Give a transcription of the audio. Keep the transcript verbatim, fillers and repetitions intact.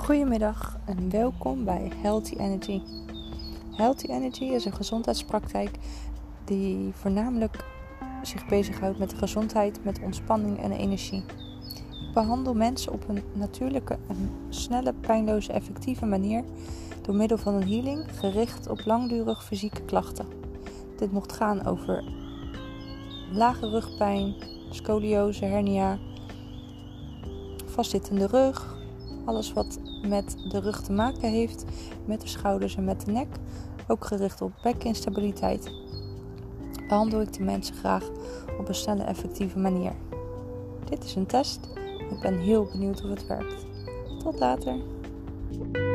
Goedemiddag en welkom bij Healthy Energy. Healthy Energy is een gezondheidspraktijk die voornamelijk zich bezighoudt met de gezondheid, met ontspanning en energie. Ik behandel mensen op een natuurlijke en snelle, pijnloze, effectieve manier door middel van een healing gericht op langdurig fysieke klachten. Dit mocht gaan over lage rugpijn, scoliose, hernia, vastzittende rug, alles wat met de rug te maken heeft, met de schouders en met de nek, ook gericht op bekinstabiliteit. Behandel ik de mensen graag op een snelle, effectieve manier. Dit is een test. Ik ben heel benieuwd of het werkt. Tot later.